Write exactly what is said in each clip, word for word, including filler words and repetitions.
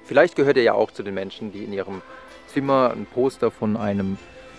Vielleicht gehört ihr ja auch zu den Menschen, die in ihrem Zimmer ein Poster von einem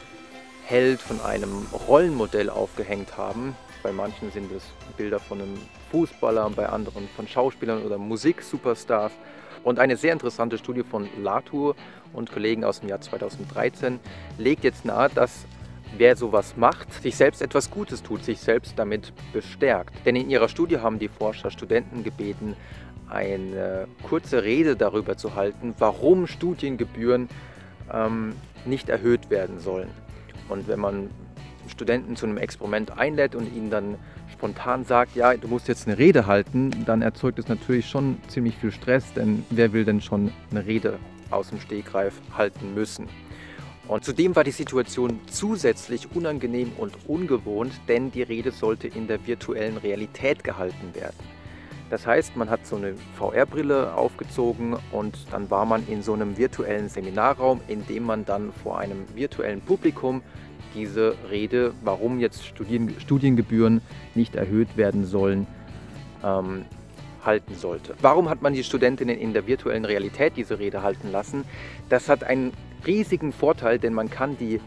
Held, von einem Rollenmodell aufgehängt haben. Bei manchen sind es Bilder von einem Fußballer, bei anderen von Schauspielern oder Musik-Superstars. Und eine sehr interessante Studie von Latour und Kollegen aus dem Jahr zweitausenddreizehn legt jetzt nahe, dass wer sowas macht, sich selbst etwas Gutes tut, sich selbst damit bestärkt. Denn in ihrer Studie haben die Forscher Studenten gebeten, eine kurze Rede darüber zu halten, warum Studiengebühren ähm, nicht erhöht werden sollen. Und wenn man Studenten zu einem Experiment einlädt und ihnen dann spontan sagt, ja, du musst jetzt eine Rede halten, dann erzeugt es natürlich schon ziemlich viel Stress, denn wer will denn schon eine Rede aus dem Stegreif halten müssen? Und zudem war die Situation zusätzlich unangenehm und ungewohnt, denn die Rede sollte in der virtuellen Realität gehalten werden. Das heißt, man hat so eine V R-Brille aufgezogen und dann war man in so einem virtuellen Seminarraum, in dem man dann vor einem virtuellen Publikum diese Rede, warum jetzt Studien, Studiengebühren nicht erhöht werden sollen, ähm, halten sollte. Warum hat man die Studentinnen in der virtuellen Realität diese Rede halten lassen? Das hat einen riesigen Vorteil, denn man kann die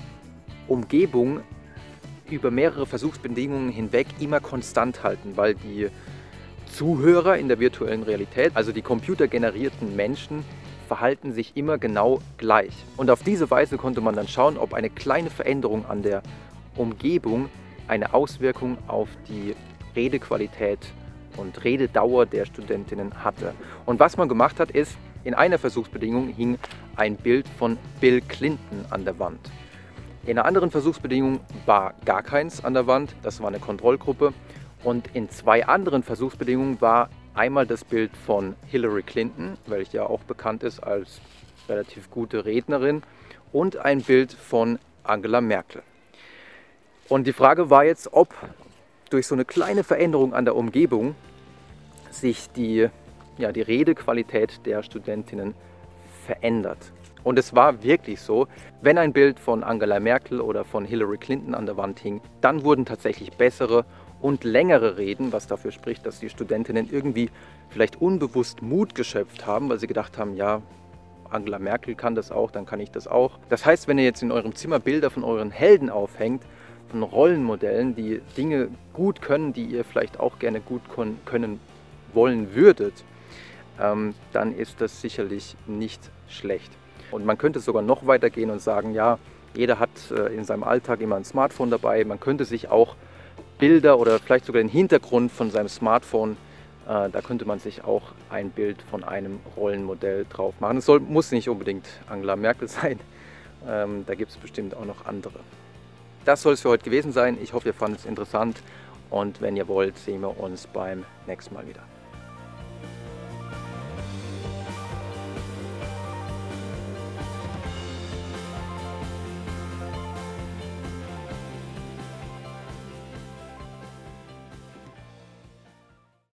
Umgebung über mehrere Versuchsbedingungen hinweg immer konstant halten, weil die Zuhörer in der virtuellen Realität, also die computergenerierten Menschen, verhalten sich immer genau gleich. Und auf diese Weise konnte man dann schauen, ob eine kleine Veränderung an der Umgebung eine Auswirkung auf die Redequalität und Rededauer der Studentinnen hatte. Und was man gemacht hat, ist, in einer Versuchsbedingung hing ein Bild von Bill Clinton an der Wand. In einer anderen Versuchsbedingung war gar keins an der Wand, das war eine Kontrollgruppe. Und in zwei anderen Versuchsbedingungen war einmal das Bild von Hillary Clinton, welche ja auch bekannt ist als relativ gute Rednerin, und ein Bild von Angela Merkel. Und die Frage war jetzt, ob durch so eine kleine Veränderung an der Umgebung sich die, ja, die Redequalität der Studentinnen verändert. Und es war wirklich so, wenn ein Bild von Angela Merkel oder von Hillary Clinton an der Wand hing, dann wurden tatsächlich bessere und längere Reden, was dafür spricht, dass die Studentinnen irgendwie vielleicht unbewusst Mut geschöpft haben, weil sie gedacht haben, ja, Angela Merkel kann das auch, dann kann ich das auch. Das heißt, wenn ihr jetzt in eurem Zimmer Bilder von euren Helden aufhängt, von Rollenmodellen, die Dinge gut können, die ihr vielleicht auch gerne gut können wollen würdet, ähm, dann ist das sicherlich nicht schlecht. Und man könnte sogar noch weiter gehen und sagen, ja, jeder hat äh, in seinem Alltag immer ein Smartphone dabei. Man könnte sich auch Bilder oder vielleicht sogar den Hintergrund von seinem Smartphone, äh, da könnte man sich auch ein Bild von einem Rollenmodell drauf machen. Es soll, muss nicht unbedingt Angela Merkel sein, ähm, da gibt es bestimmt auch noch andere. Das soll es für heute gewesen sein. Ich hoffe, ihr fandet es interessant und wenn ihr wollt, sehen wir uns beim nächsten Mal wieder.